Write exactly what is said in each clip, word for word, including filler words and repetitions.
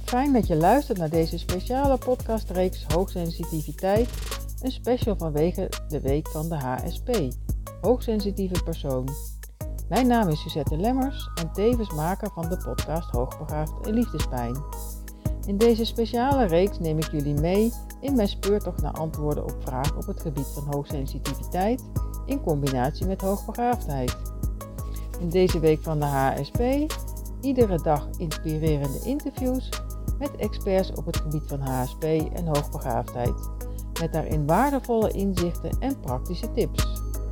Fijn dat je luistert naar deze speciale podcastreeks Hoogsensitiviteit, een special vanwege de week van de H S P, Hoogsensitieve Persoon. Mijn naam is Suzette Lemmers en tevens maker van de podcast Hoogbegaafd en Liefdespijn. In deze speciale reeks neem ik jullie mee in mijn speurtocht naar antwoorden op vragen op het gebied van hoogsensitiviteit in combinatie met hoogbegaafdheid. In deze week van de H S P, iedere dag inspirerende interviews met experts op het gebied van H S P en hoogbegaafdheid, met daarin waardevolle inzichten en praktische tips.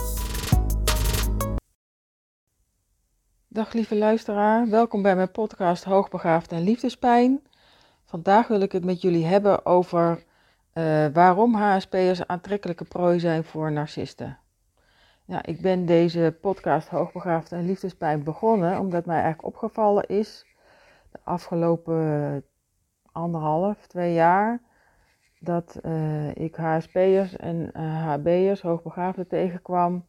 Dag lieve luisteraar, welkom bij mijn podcast Hoogbegaafd en Liefdespijn. Vandaag wil ik het met jullie hebben over uh, waarom H S P'ers aantrekkelijke prooi zijn voor narcisten. Ja, ik ben deze podcast Hoogbegaafd en Liefdespijn begonnen omdat mij eigenlijk opgevallen is de afgelopen anderhalf, twee jaar dat uh, ik H S P'ers en uh, H B'ers, hoogbegaafden tegenkwam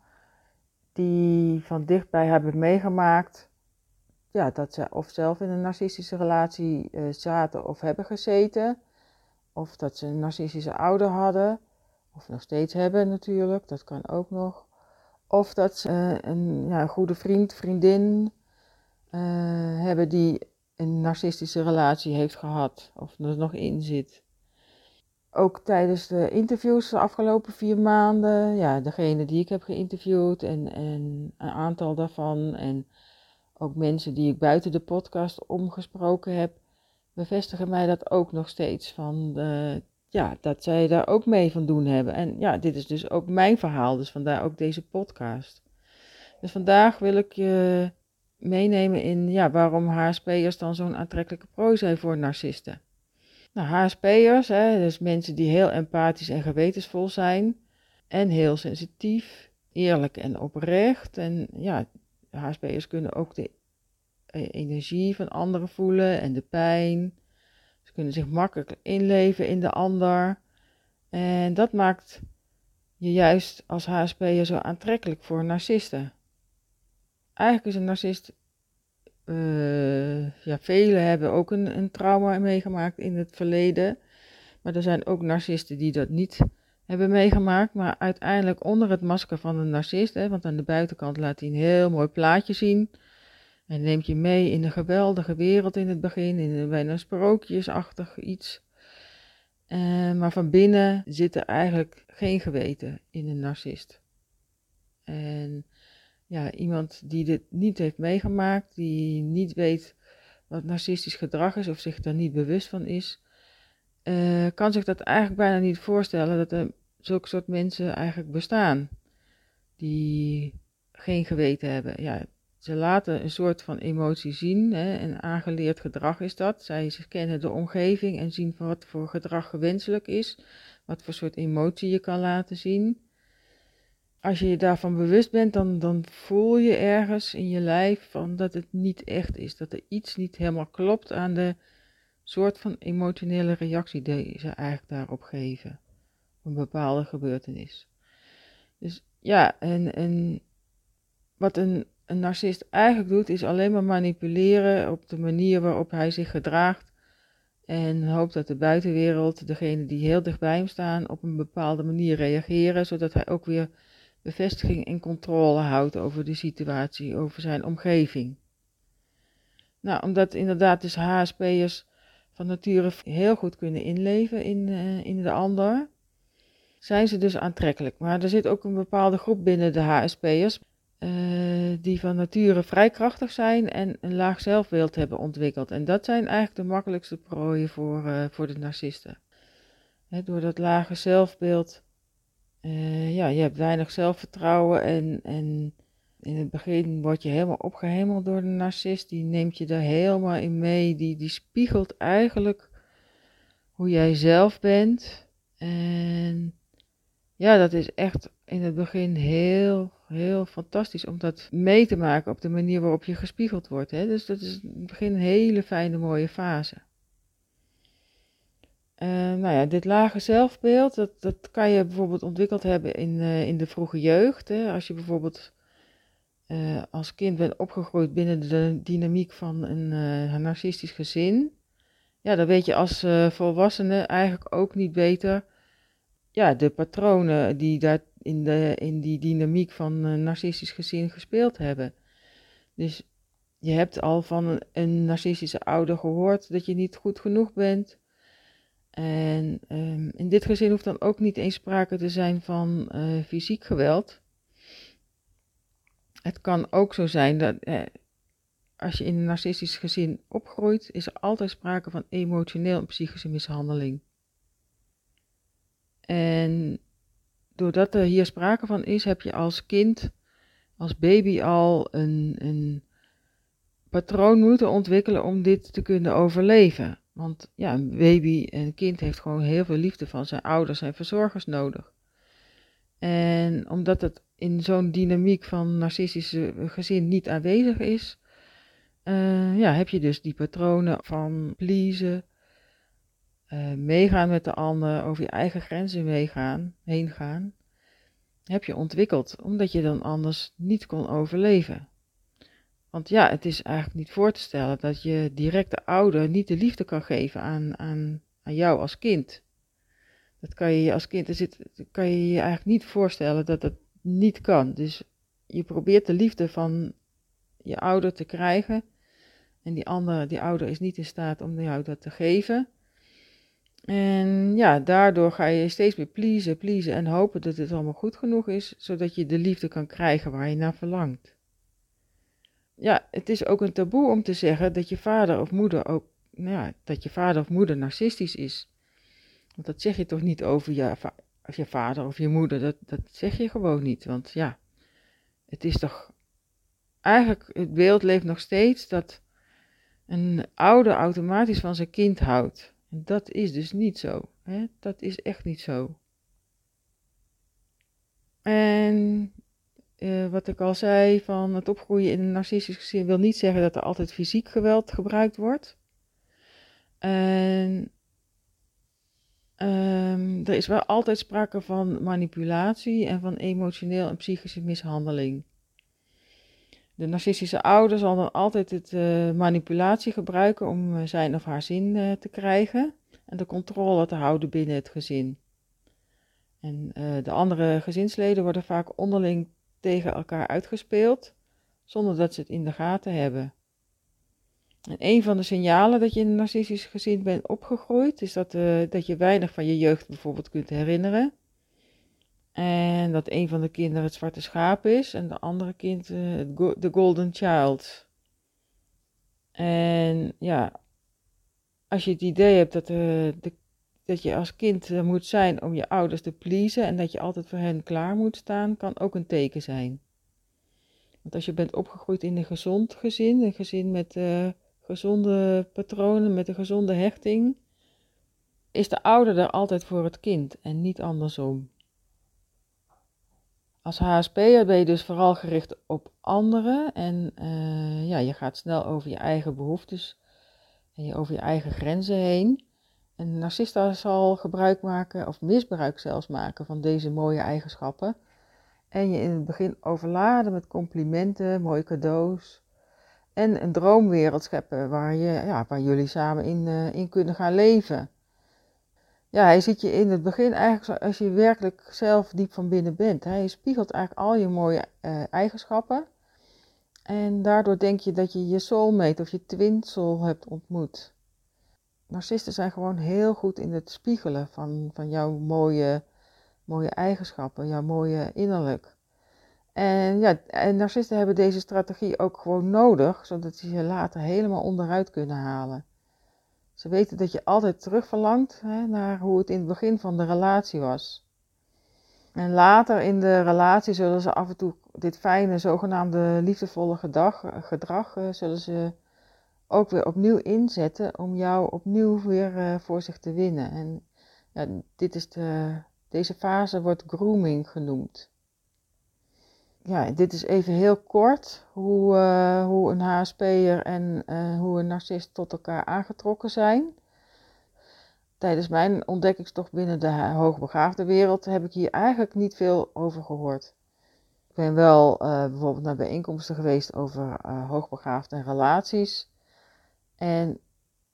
die van dichtbij hebben meegemaakt ja, dat ze of zelf in een narcistische relatie uh, zaten of hebben gezeten, of dat ze een narcistische ouder hadden, of nog steeds hebben natuurlijk, dat kan ook nog. Of dat ze uh, een ja, goede vriend, vriendin uh, hebben die een narcistische relatie heeft gehad, of er nog in zit. Ook tijdens de interviews de afgelopen vier maanden, ja, degene die ik heb geïnterviewd en, en een aantal daarvan, en ook mensen die ik buiten de podcast omgesproken heb, bevestigen mij dat ook nog steeds, van de, ja, dat zij daar ook mee van doen hebben. En ja, dit is dus ook mijn verhaal, dus vandaar ook deze podcast. Dus vandaag wil ik je meenemen in ja, waarom H S P'ers dan zo'n aantrekkelijke prooi zijn voor narcisten. Nou, H S P'ers, hè, dus mensen die heel empathisch en gewetensvol zijn en heel sensitief, eerlijk en oprecht. En ja, H S P'ers kunnen ook de energie van anderen voelen en de pijn. Ze kunnen zich makkelijk inleven in de ander. En dat maakt je juist als H S P'er zo aantrekkelijk voor narcisten. Eigenlijk is een narcist, uh, ja, velen hebben ook een, een trauma meegemaakt in het verleden. Maar er zijn ook narcisten die dat niet hebben meegemaakt. Maar uiteindelijk onder het masker van een narcist, hè, want aan de buitenkant laat hij een heel mooi plaatje zien. En neemt je mee in een geweldige wereld in het begin, in een bijna sprookjesachtig iets. Uh, maar van binnen zit er eigenlijk geen geweten in een narcist. En ja, iemand die dit niet heeft meegemaakt, die niet weet wat narcistisch gedrag is of zich daar niet bewust van is, uh, kan zich dat eigenlijk bijna niet voorstellen dat er zulke soort mensen eigenlijk bestaan. Die geen geweten hebben. Ja, ze laten een soort van emotie zien, hè, een aangeleerd gedrag is dat. Zij kennen de omgeving en zien wat voor gedrag gewenselijk is, wat voor soort emotie je kan laten zien. Als je je daarvan bewust bent, dan, dan voel je ergens in je lijf van dat het niet echt is. Dat er iets niet helemaal klopt aan de soort van emotionele reactie die ze eigenlijk daarop geven. Een bepaalde gebeurtenis. Dus ja, en, en wat een, een narcist eigenlijk doet, is alleen maar manipuleren op de manier waarop hij zich gedraagt. En hoopt dat de buitenwereld, degene die heel dicht bij hem staan, op een bepaalde manier reageren, zodat hij ook weer bevestiging en controle houdt over de situatie, over zijn omgeving. Nou, omdat inderdaad dus H S P'ers van nature heel goed kunnen inleven in, uh, in de ander, zijn ze dus aantrekkelijk. Maar er zit ook een bepaalde groep binnen de H S P'ers uh, die van nature vrij krachtig zijn en een laag zelfbeeld hebben ontwikkeld. En dat zijn eigenlijk de makkelijkste prooien voor, uh, voor de narcisten. He, door dat lage zelfbeeld, uh, ja, je hebt weinig zelfvertrouwen en, en in het begin word je helemaal opgehemeld door de narcist. Die neemt je daar helemaal in mee, die, die spiegelt eigenlijk hoe jij zelf bent. En ja, dat is echt in het begin heel, heel fantastisch om dat mee te maken op de manier waarop je gespiegeld wordt. Hè? Dus dat is in het begin een hele fijne, mooie fase. Uh, nou ja, dit lage zelfbeeld, dat, dat kan je bijvoorbeeld ontwikkeld hebben in, uh, in de vroege jeugd. Hè? Als je bijvoorbeeld uh, als kind bent opgegroeid binnen de dynamiek van een uh, narcistisch gezin. ja, dan weet je als uh, volwassene eigenlijk ook niet beter, ja, de patronen die daar in, de, in die dynamiek van een narcistisch gezin gespeeld hebben. Dus je hebt al van een, een narcistische ouder gehoord dat je niet goed genoeg bent. En um, in dit gezin hoeft dan ook niet eens sprake te zijn van uh, fysiek geweld. Het kan ook zo zijn dat eh, als je in een narcistisch gezin opgroeit, is er altijd sprake van emotioneel en psychische mishandeling. En doordat er hier sprake van is, heb je als kind, als baby al een, een patroon moeten ontwikkelen om dit te kunnen overleven. Want ja, een baby, een kind heeft gewoon heel veel liefde van zijn ouders en verzorgers nodig. En omdat het in zo'n dynamiek van narcistische gezin niet aanwezig is, uh, ja, heb je dus die patronen van pleasen, uh, meegaan met de ander, over je eigen grenzen meegaan, heen gaan, heb je ontwikkeld, omdat je dan anders niet kon overleven. Want ja, het is eigenlijk niet voor te stellen dat je directe ouder niet de liefde kan geven aan, aan, aan jou als kind. Dat kan je je als kind, er zit, kan je je eigenlijk niet voorstellen dat dat niet kan. Dus je probeert de liefde van je ouder te krijgen. En die andere, die ouder is niet in staat om jou dat te geven. En ja, daardoor ga je steeds meer pleasen, pleasen en hopen dat het allemaal goed genoeg is, zodat je de liefde kan krijgen waar je naar verlangt. Ja, het is ook een taboe om te zeggen dat je vader of moeder ook, nou ja, dat je vader of moeder narcistisch is. Want dat zeg je toch niet over je, of je vader of je moeder, dat, dat zeg je gewoon niet. Want ja, het is toch, eigenlijk het beeld leeft nog steeds dat een ouder automatisch van zijn kind houdt. En dat is dus niet zo. Hè? Dat is echt niet zo. En uh, wat ik al zei, van het opgroeien in een narcistisch gezin wil niet zeggen dat er altijd fysiek geweld gebruikt wordt. En um, er is wel altijd sprake van manipulatie en van emotioneel en psychische mishandeling. De narcistische ouder zal dan altijd het uh, manipulatie gebruiken om uh, zijn of haar zin uh, te krijgen en de controle te houden binnen het gezin. En uh, de andere gezinsleden worden vaak onderling tegen elkaar uitgespeeld, zonder dat ze het in de gaten hebben. En een van de signalen dat je in een narcistisch gezin bent opgegroeid, is dat, uh, dat je weinig van je jeugd bijvoorbeeld kunt herinneren. En dat een van de kinderen het zwarte schaap is en de andere kind uh, de golden child. En ja, als je het idee hebt dat, uh, de, dat je als kind uh, moet zijn om je ouders te pleasen en dat je altijd voor hen klaar moet staan, kan ook een teken zijn. Want als je bent opgegroeid in een gezond gezin, een gezin met uh, gezonde patronen, met een gezonde hechting, is de ouder er altijd voor het kind en niet andersom. Als H S P'er ben je dus vooral gericht op anderen en uh, ja, je gaat snel over je eigen behoeftes en je over je eigen grenzen heen. En de narcist zal gebruik maken, of misbruik zelfs maken, van deze mooie eigenschappen. En je in het begin overladen met complimenten, mooie cadeaus en een droomwereld scheppen waar, je, ja, waar jullie samen in, uh, in kunnen gaan leven. Ja, hij ziet je in het begin eigenlijk zoals je werkelijk zelf diep van binnen bent. Hij spiegelt eigenlijk al je mooie uh, eigenschappen. En daardoor denk je dat je je soulmate of je twin soul hebt ontmoet. Narcisten zijn gewoon heel goed in het spiegelen van, van jouw mooie, mooie eigenschappen, jouw mooie innerlijk. En ja, en narcisten hebben deze strategie ook gewoon nodig, zodat ze je later helemaal onderuit kunnen halen. Ze weten dat je altijd terugverlangt hè, naar hoe het in het begin van de relatie was. En later in de relatie zullen ze af en toe dit fijne, zogenaamde liefdevolle gedrag, gedrag uh, zullen ze ook weer opnieuw inzetten om jou opnieuw weer uh, voor zich te winnen. En ja, dit is de, deze fase wordt grooming genoemd. Ja, dit is even heel kort hoe, uh, hoe een H S P'er en uh, hoe een narcist tot elkaar aangetrokken zijn. Tijdens mijn ontdekkingstocht binnen de hoogbegaafde wereld heb ik hier eigenlijk niet veel over gehoord. Ik ben wel uh, bijvoorbeeld naar bijeenkomsten geweest over uh, hoogbegaafde en relaties. En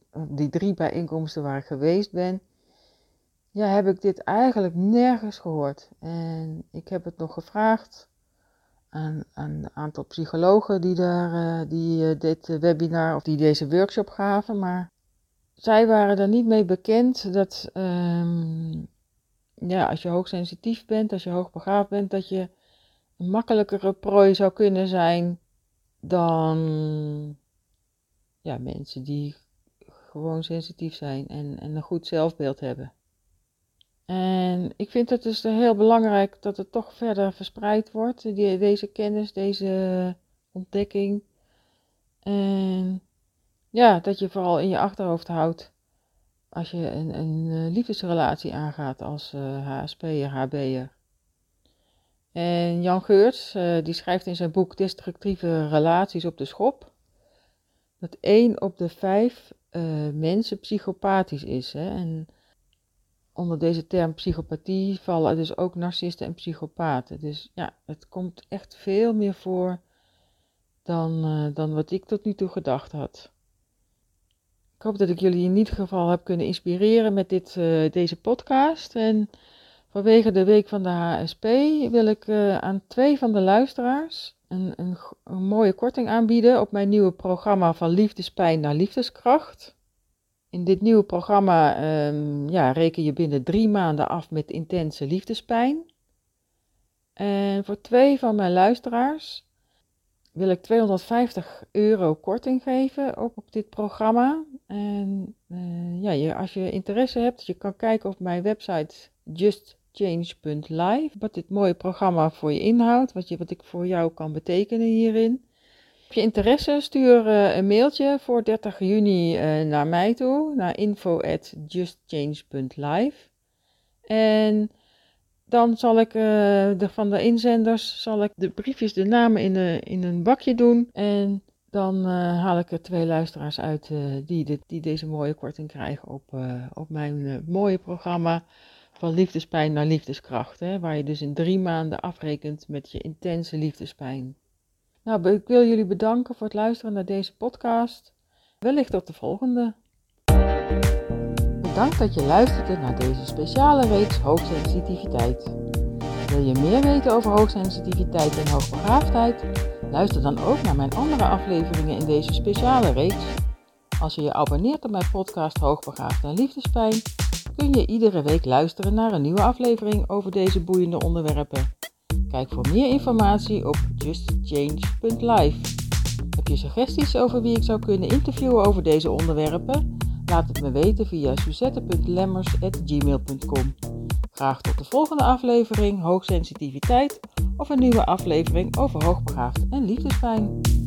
die drie bijeenkomsten waar ik geweest ben, ja, heb ik dit eigenlijk nergens gehoord. En ik heb het nog gevraagd aan, aan een aantal psychologen die, daar, uh, die uh, dit webinar of die deze workshop gaven, maar zij waren er niet mee bekend dat um, ja, als je hoogsensitief bent, als je hoogbegaafd bent, dat je een makkelijkere prooi zou kunnen zijn dan ja, mensen die gewoon sensitief zijn en, en een goed zelfbeeld hebben. En ik vind het dus heel belangrijk dat het toch verder verspreid wordt, die, deze kennis, deze ontdekking. En ja, dat je vooral in je achterhoofd houdt als je een, een liefdesrelatie aangaat als uh, H S P'er, H B'er. En Jan Geurts, uh, die schrijft in zijn boek Destructieve relaties op de schop, dat één op de vijf uh, mensen psychopathisch is. Hè? En onder deze term psychopathie vallen dus ook narcisten en psychopaten. Dus ja, het komt echt veel meer voor dan, uh, dan wat ik tot nu toe gedacht had. Ik hoop dat ik jullie in ieder geval heb kunnen inspireren met dit, uh, deze podcast. En vanwege de Week van de H S P wil ik uh, aan twee van de luisteraars een, een, een mooie korting aanbieden op mijn nieuwe programma Van Liefdespijn naar Liefdeskracht. In dit nieuwe programma um, ja, reken je binnen drie maanden af met intense liefdespijn. En voor twee van mijn luisteraars wil ik tweehonderdvijftig euro korting geven op, op dit programma. En uh, ja, je, als je interesse hebt, je kan kijken op mijn website just change punt live. Wat dit mooie programma voor je inhoudt, wat, je, wat ik voor jou kan betekenen hierin. Heb je interesse, stuur uh, een mailtje voor dertig juni uh, naar mij toe, naar info at just change punt live. En dan zal ik uh, de, van de inzenders, zal ik de briefjes, de namen in, de, in een bakje doen. En dan uh, haal ik er twee luisteraars uit uh, die, dit, die deze mooie korting krijgen op, uh, op mijn uh, mooie programma Van Liefdespijn naar Liefdeskracht. Hè, waar je dus in drie maanden afrekent met je intense liefdespijn. Nou, ik wil jullie bedanken voor het luisteren naar deze podcast. Wellicht tot de volgende. Bedankt dat je luisterde naar deze speciale reeks hoogsensitiviteit. Wil je meer weten over hoogsensitiviteit en hoogbegaafdheid? Luister dan ook naar mijn andere afleveringen in deze speciale reeks. Als je je abonneert op mijn podcast Hoogbegaafd en Liefdespijn, kun je iedere week luisteren naar een nieuwe aflevering over deze boeiende onderwerpen. Kijk voor meer informatie op just change punt live. Heb je suggesties over wie ik zou kunnen interviewen over deze onderwerpen? Laat het me weten via suzette punt lemmers at gmail punt com. Graag tot de volgende aflevering Hoogsensitiviteit of een nieuwe aflevering over hoogbegaafd en liefdespijn.